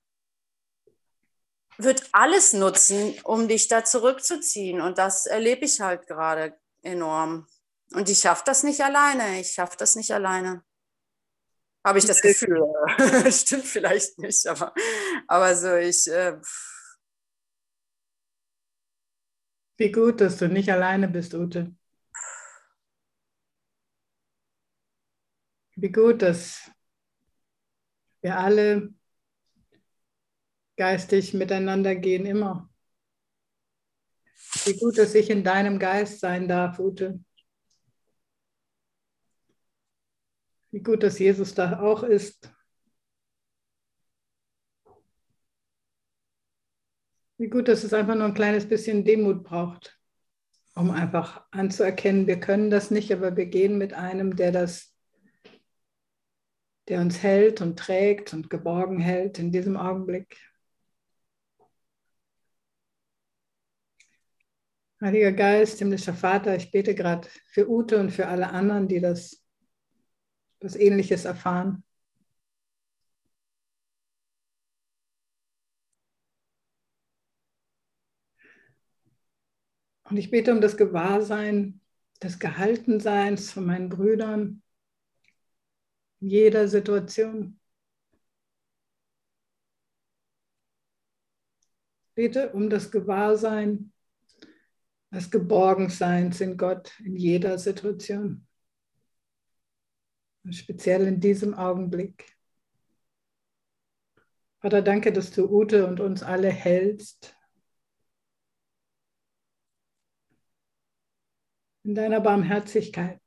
wird alles nutzen, um dich da zurückzuziehen. Und das erlebe ich halt gerade enorm. Und ich schaffe das nicht alleine. Ich schaffe das nicht alleine. Habe ich das Gefühl. Stimmt vielleicht nicht, aber, aber so ich... Äh, Wie gut, dass du nicht alleine bist, Ute. Wie gut, dass wir alle geistig miteinander gehen, immer. Wie gut, dass ich in deinem Geist sein darf, Ute. Wie gut, dass Jesus da auch ist. Wie gut, dass es einfach nur ein kleines bisschen Demut braucht, um einfach anzuerkennen, wir können das nicht, aber wir gehen mit einem, der das, der uns hält und trägt und geborgen hält in diesem Augenblick. Heiliger Geist, himmlischer Vater, ich bete gerade für Ute und für alle anderen, die das was Ähnliches erfahren. Und ich bete um das Gewahrsein des Gehaltenseins von meinen Brüdern in jeder Situation. Ich bete um das Gewahrsein des Geborgenseins in Gott in jeder Situation. Und speziell in diesem Augenblick. Vater, danke, dass du Ute und uns alle hältst. In deiner Barmherzigkeit.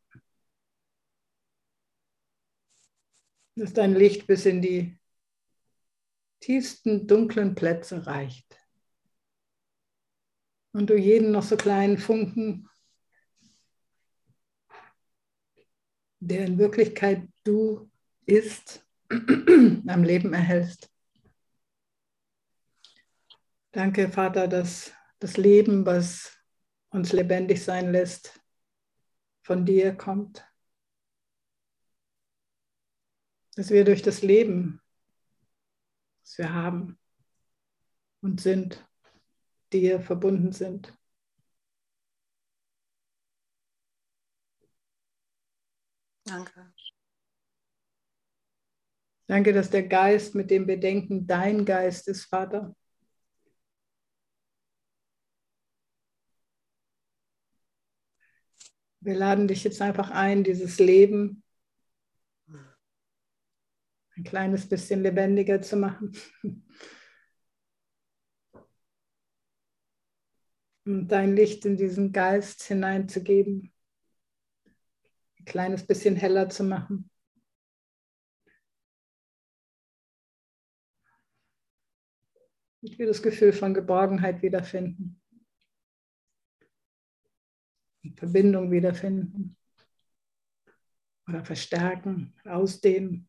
Dass dein Licht bis in die tiefsten dunklen Plätze reicht. Und du jeden noch so kleinen Funken, der in Wirklichkeit du ist, am Leben erhältst. Danke, Vater, dass das Leben, was uns lebendig sein lässt, von dir kommt. Dass wir durch das Leben, das wir haben und sind, dir verbunden sind. Danke. Danke, dass der Geist, mit dem wir denken, dein Geist ist, Vater. Wir laden dich jetzt einfach ein, dieses Leben ein kleines bisschen lebendiger zu machen. Und dein Licht in diesen Geist hineinzugeben. Ein kleines bisschen heller zu machen. Und wir das Gefühl von Geborgenheit wiederfinden. Und Verbindung wiederfinden. Oder verstärken, ausdehnen.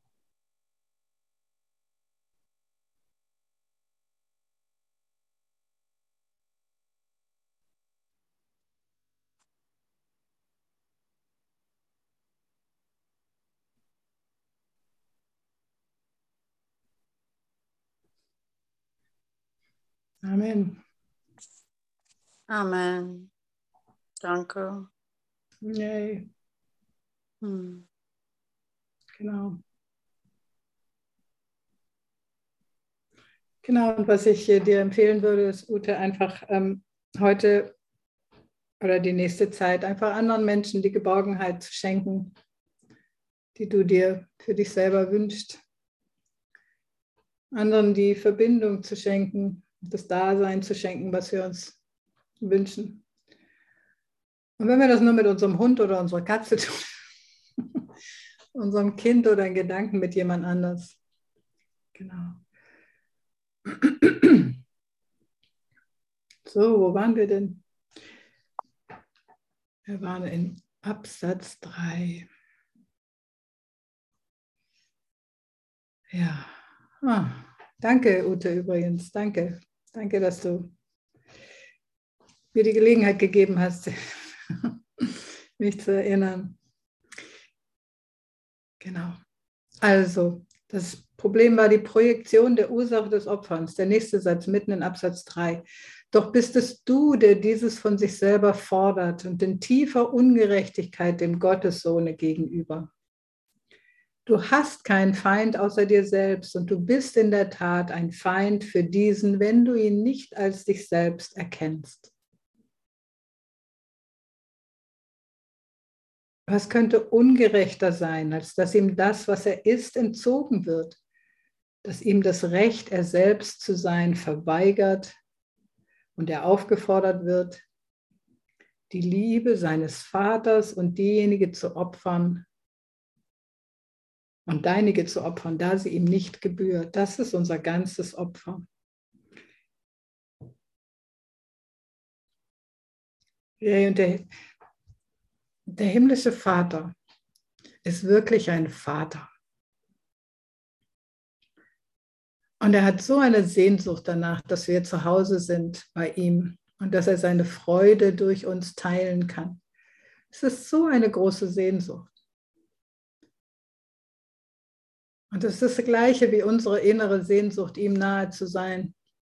Amen. Amen. Danke. Yay. Hm. Genau. Genau, und was ich dir empfehlen würde, ist, Ute, einfach ähm, heute oder die nächste Zeit einfach anderen Menschen die Geborgenheit zu schenken, die du dir für dich selber wünschst. Anderen die Verbindung zu schenken, das Dasein zu schenken, was wir uns wünschen. Und wenn wir das nur mit unserem Hund oder unserer Katze tun, unserem Kind oder in Gedanken mit jemand anders. Genau. So, wo waren wir denn? Wir waren in Absatz drei. Ja. Ah, danke, Ute, übrigens. Danke. Danke, dass du mir die Gelegenheit gegeben hast, mich zu erinnern. Genau. Also, das Problem war die Projektion der Ursache des Opferns. Der nächste Satz mitten in Absatz drei. Doch bist es du, der dieses von sich selber fordert und in tiefer Ungerechtigkeit dem Gottessohne gegenüber. Du hast keinen Feind außer dir selbst und du bist in der Tat ein Feind für diesen, wenn du ihn nicht als dich selbst erkennst. Was könnte ungerechter sein, als dass ihm das, was er ist, entzogen wird, dass ihm das Recht, er selbst zu sein, verweigert und er aufgefordert wird, die Liebe seines Vaters und diejenige zu opfern und deinige zu opfern, da sie ihm nicht gebührt. Das ist unser ganzes Opfer. Ja, und der, der himmlische Vater ist wirklich ein Vater. Und er hat so eine Sehnsucht danach, dass wir zu Hause sind bei ihm und dass er seine Freude durch uns teilen kann. Es ist so eine große Sehnsucht. Und es ist das Gleiche wie unsere innere Sehnsucht, ihm nahe zu sein.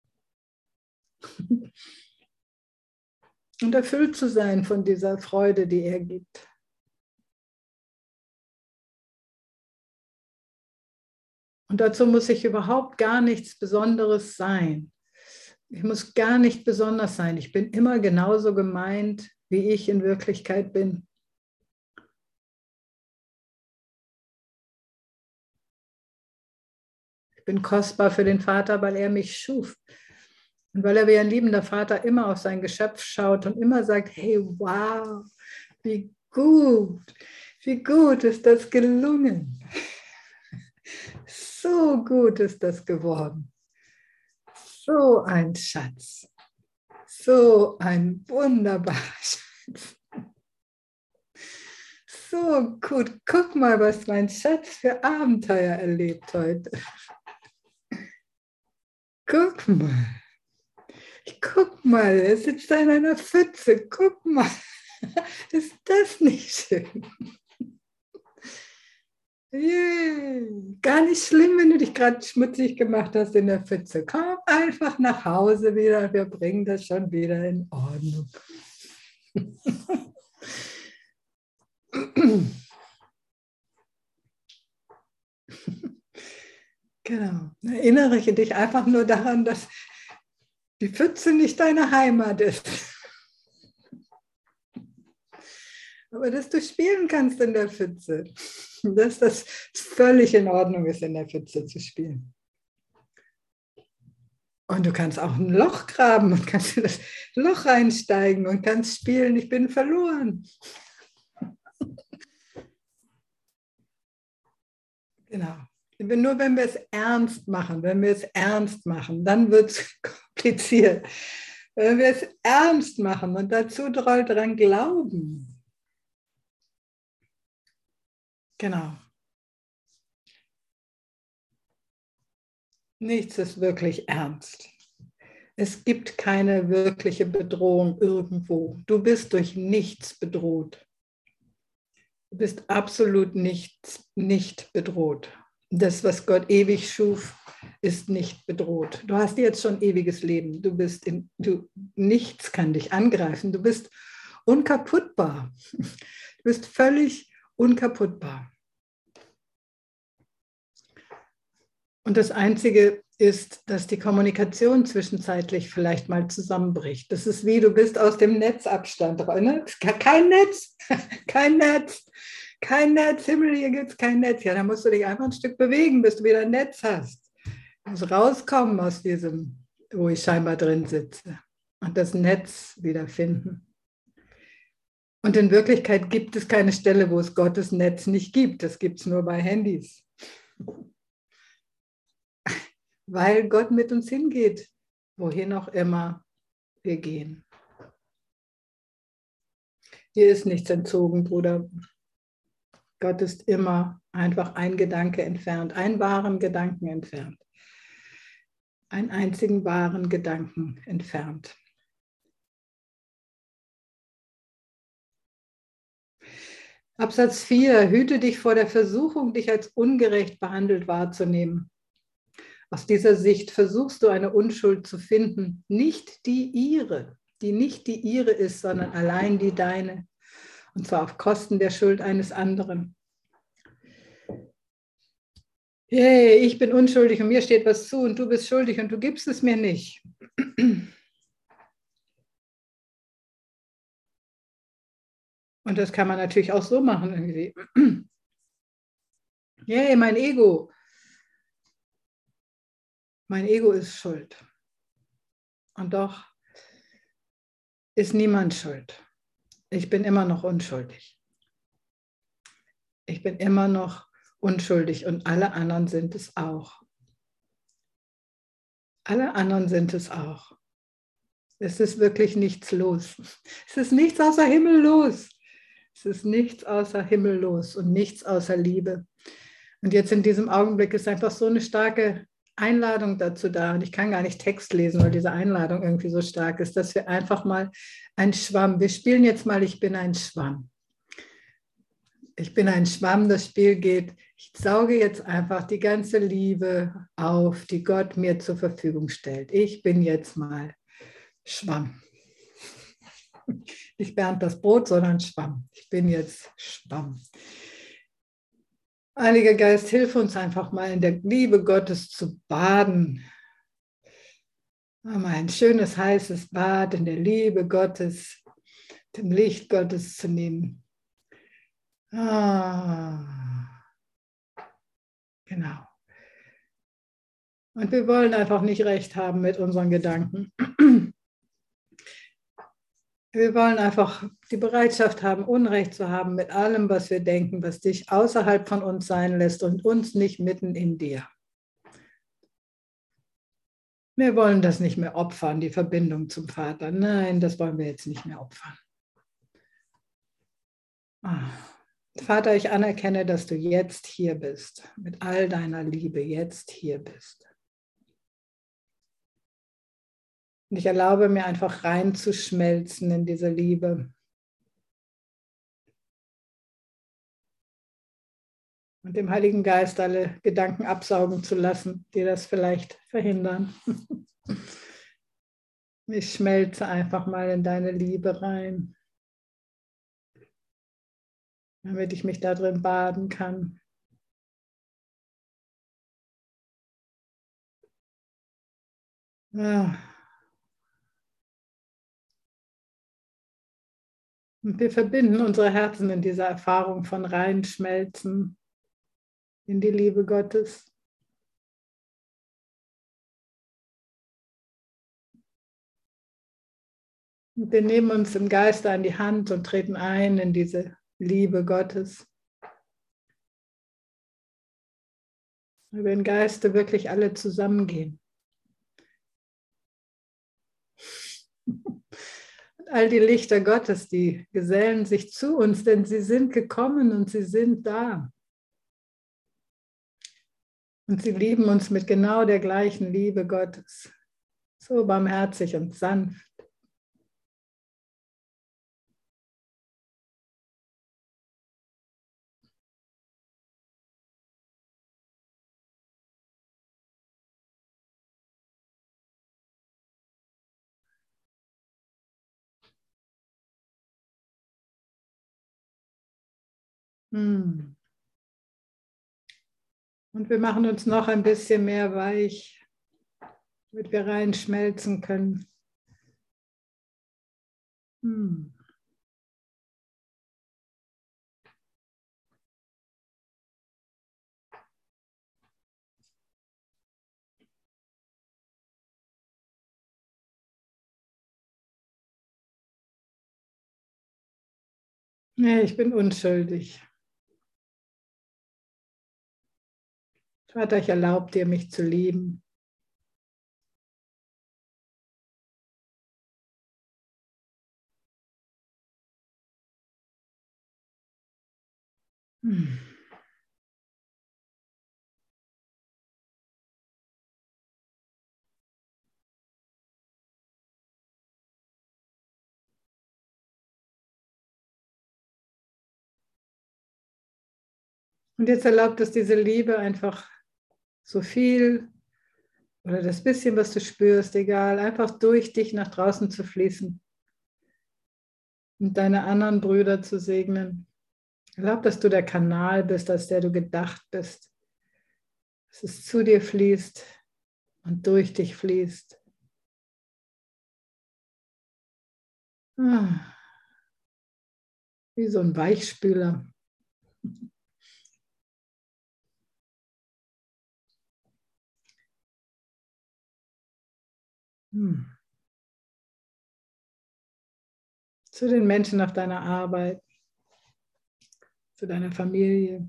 Und erfüllt zu sein von dieser Freude, die er gibt. Und dazu muss ich überhaupt gar nichts Besonderes sein. Ich muss gar nicht besonders sein. Ich bin immer genauso gemeint, wie ich in Wirklichkeit bin. Ich bin kostbar für den Vater, weil er mich schuf. Und weil er wie ein liebender Vater immer auf sein Geschöpf schaut und immer sagt, hey, wow, wie gut, wie gut ist das gelungen. So gut ist das geworden. So ein Schatz. So ein wunderbarer Schatz. So gut. Guck mal, was mein Schatz für Abenteuer erlebt heute. Guck mal. Guck mal, er sitzt da in einer Pfütze. Guck mal. Ist das nicht schön? Yeah. Gar nicht schlimm, wenn du dich gerade schmutzig gemacht hast in der Pfütze. Komm einfach nach Hause wieder. Wir bringen das schon wieder in Ordnung. Genau. Erinnere dich einfach nur daran, dass die Pfütze nicht deine Heimat ist. Aber dass du spielen kannst in der Pfütze. Dass das völlig in Ordnung ist, in der Pfütze zu spielen. Und du kannst auch ein Loch graben und kannst in das Loch reinsteigen und kannst spielen, ich bin verloren. Genau. Nur wenn wir es ernst machen, wenn wir es ernst machen, dann wird es kompliziert. Wenn wir es ernst machen und dazu dran glauben. Genau. Nichts ist wirklich ernst. Es gibt keine wirkliche Bedrohung irgendwo. Du bist durch nichts bedroht. Du bist absolut nichts, nicht bedroht. Das, was Gott ewig schuf, ist nicht bedroht. Du hast jetzt schon ewiges Leben. Du bist in, du, nichts kann dich angreifen. Du bist unkaputtbar. Du bist völlig unkaputtbar. Und das Einzige ist, dass die Kommunikation zwischenzeitlich vielleicht mal zusammenbricht. Das ist wie, du bist aus dem Netzabstand. Ne? Kein Netz, kein Netz, kein Netz, Himmel, hier gibt es kein Netz. Ja, dann musst du dich einfach ein Stück bewegen, bis du wieder ein Netz hast. Du musst rauskommen aus diesem, wo ich scheinbar drin sitze. Und das Netz wiederfinden. Und in Wirklichkeit gibt es keine Stelle, wo es Gottes Netz nicht gibt. Das gibt es nur bei Handys. Weil Gott mit uns hingeht, wohin auch immer wir gehen. Hier ist nichts entzogen, Bruder. Gott ist immer einfach ein Gedanke entfernt, einen wahren Gedanken entfernt. Einen einzigen wahren Gedanken entfernt. Absatz vier. Hüte dich vor der Versuchung, dich als ungerecht behandelt wahrzunehmen. Aus dieser Sicht versuchst du eine Unschuld zu finden, nicht die ihre, die nicht die ihre ist, sondern allein die deine. Und zwar auf Kosten der Schuld eines anderen. Hey, ich bin unschuldig und mir steht was zu und du bist schuldig und du gibst es mir nicht. Und das kann man natürlich auch so machen irgendwie. Hey, mein Ego. Mein Ego ist schuld. Und doch ist niemand schuld. Ich bin immer noch unschuldig. Ich bin immer noch unschuldig und alle anderen sind es auch. Alle anderen sind es auch. Es ist wirklich nichts los. Es ist nichts außer Himmel los. Es ist nichts außer Himmel los und nichts außer Liebe. Und jetzt in diesem Augenblick ist einfach so eine starke Einladung dazu da. Und ich kann gar nicht Text lesen, weil diese Einladung irgendwie so stark ist, dass wir einfach mal ein Schwamm, wir spielen jetzt mal, ich bin ein Schwamm. Ich bin ein Schwamm, das Spiel geht, ich sauge jetzt einfach die ganze Liebe auf, die Gott mir zur Verfügung stellt. Ich bin jetzt mal Schwamm. Nicht Bernd das Brot, sondern Schwamm. Ich bin jetzt Schwamm. Heiliger Geist, hilf uns einfach mal in der Liebe Gottes zu baden. Mal ein schönes, heißes Bad in der Liebe Gottes, dem Licht Gottes zu nehmen. Ah, genau. Und wir wollen einfach nicht recht haben mit unseren Gedanken. Wir wollen einfach die Bereitschaft haben, Unrecht zu haben mit allem, was wir denken, was dich außerhalb von uns sein lässt und uns nicht mitten in dir. Wir wollen das nicht mehr opfern, die Verbindung zum Vater. Nein, das wollen wir jetzt nicht mehr opfern. Ah. Vater, ich anerkenne, dass du jetzt hier bist, mit all deiner Liebe jetzt hier bist. Und ich erlaube mir einfach reinzuschmelzen in diese Liebe. Und dem Heiligen Geist alle Gedanken absaugen zu lassen, die das vielleicht verhindern. Ich schmelze einfach mal in deine Liebe rein, damit ich mich da drin baden kann. Ja. Und wir verbinden unsere Herzen in dieser Erfahrung von Reinschmelzen in die Liebe Gottes. Und wir nehmen uns im Geiste an die Hand und treten ein in diese Liebe Gottes. Weil wir im Geiste wirklich alle zusammengehen. All die Lichter Gottes, die gesellen sich zu uns, denn sie sind gekommen und sie sind da. Und sie lieben uns mit genau der gleichen Liebe Gottes. So barmherzig und sanft. Und wir machen uns noch ein bisschen mehr weich, damit wir reinschmelzen können. Hm. Nee, ich bin unschuldig. Vater, ich erlaube dir, mich zu lieben. Hm. Und jetzt erlaubt es diese Liebe einfach so viel oder das bisschen, was du spürst, egal, einfach durch dich nach draußen zu fließen und deine anderen Brüder zu segnen. Erlaub, dass du der Kanal bist, als der du gedacht bist, dass es zu dir fließt und durch dich fließt. Ah, wie so ein Weichspüler. Hm. Zu den Menschen auf deiner Arbeit, zu deiner Familie.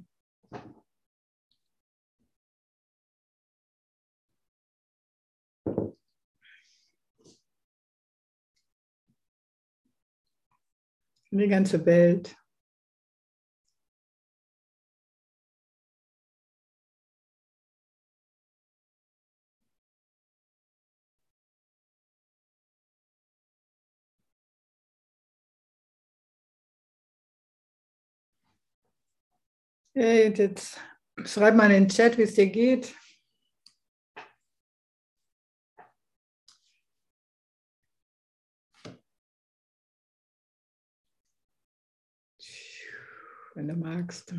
In die ganze Welt. Hey, jetzt schreib mal in den Chat, wie es dir geht. Wenn du magst.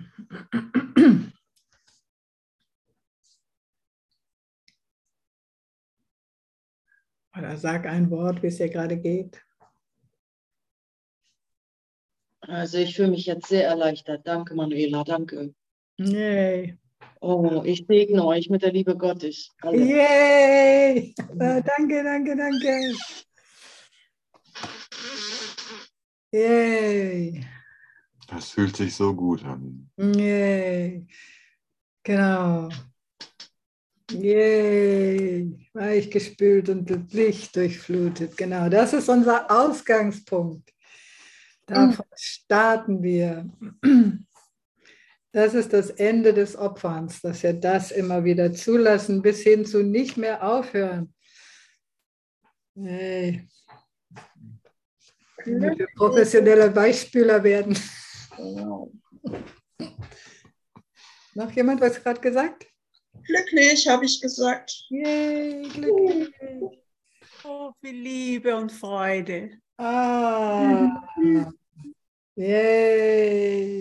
Oder sag ein Wort, wie es dir gerade geht. Also ich fühle mich jetzt sehr erleichtert. Danke, Manuela, danke. Yay. Oh, ich segne euch mit der Liebe Gottes. Alle. Yay. Danke, danke, danke. Yay. Das fühlt sich so gut an. Yay. Genau. Yay. Weichgespült und das Licht durchflutet. Genau, das ist unser Ausgangspunkt. Davon starten wir. Das ist das Ende des Opferns, dass wir das immer wieder zulassen, bis hin zu nicht mehr aufhören. Hey. Damit wir professionelle Beispieler werden. Noch jemand was gerade gesagt? Glücklich, habe ich gesagt. Yay, glücklich. Oh, viel Liebe und Freude. Ah, yay.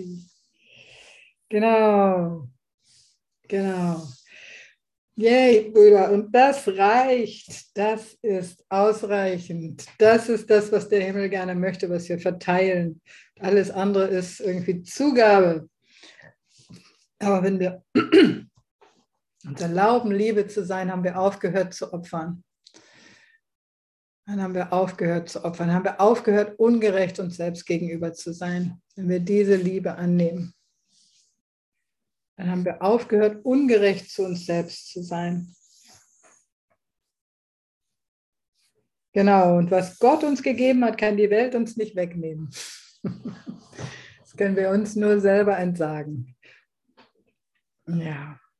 Genau, genau. Yay, Brüder, und das reicht, das ist ausreichend. Das ist das, was der Himmel gerne möchte, was wir verteilen. Alles andere ist irgendwie Zugabe. Aber wenn wir uns erlauben, Liebe zu sein, haben wir aufgehört zu opfern. Dann haben wir aufgehört zu opfern, haben wir aufgehört, ungerecht uns selbst gegenüber zu sein, wenn wir diese Liebe annehmen. Dann haben wir aufgehört, ungerecht zu uns selbst zu sein. Genau, und was Gott uns gegeben hat, kann die Welt uns nicht wegnehmen. Das können wir uns nur selber entsagen. Ja.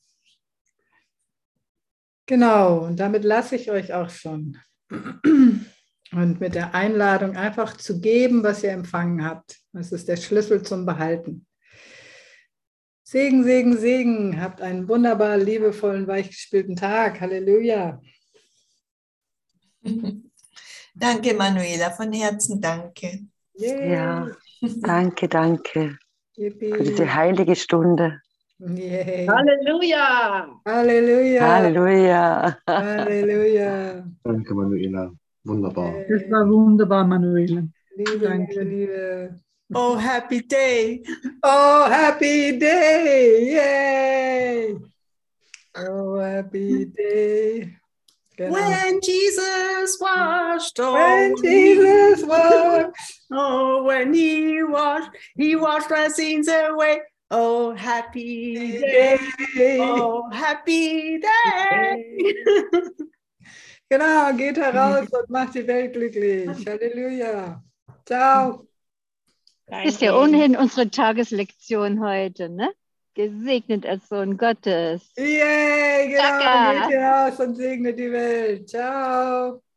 Genau, und damit lasse ich euch auch schon. Und mit der Einladung einfach zu geben, was ihr empfangen habt. Das ist der Schlüssel zum Behalten. Segen, Segen, Segen. Habt einen wunderbar liebevollen, weichgespülten Tag. Halleluja. Danke, Manuela, von Herzen danke. Yay. Ja, danke, danke Yippie. für diese heilige Stunde. Yay. Halleluja! Halleluja. Halleluja. Halleluja. Danke, Manuela. Wunderbar. Das war wunderbar, Manuela. Liebe, Danke. Liebe, Liebe. Oh, happy day. Oh, happy day. Yay. Oh, happy day. Genau. When Jesus washed all When Jesus walked. Oh, when he washed, he washed our sins away. Oh, happy day. Oh, happy day. Genau, geht heraus und macht die Welt glücklich. Halleluja. Ciao. Das ist ja ohnehin unsere Tageslektion heute, ne? Gesegnet als Sohn Gottes. Yay, genau, Danke. geht hinaus und segnet die Welt. Ciao.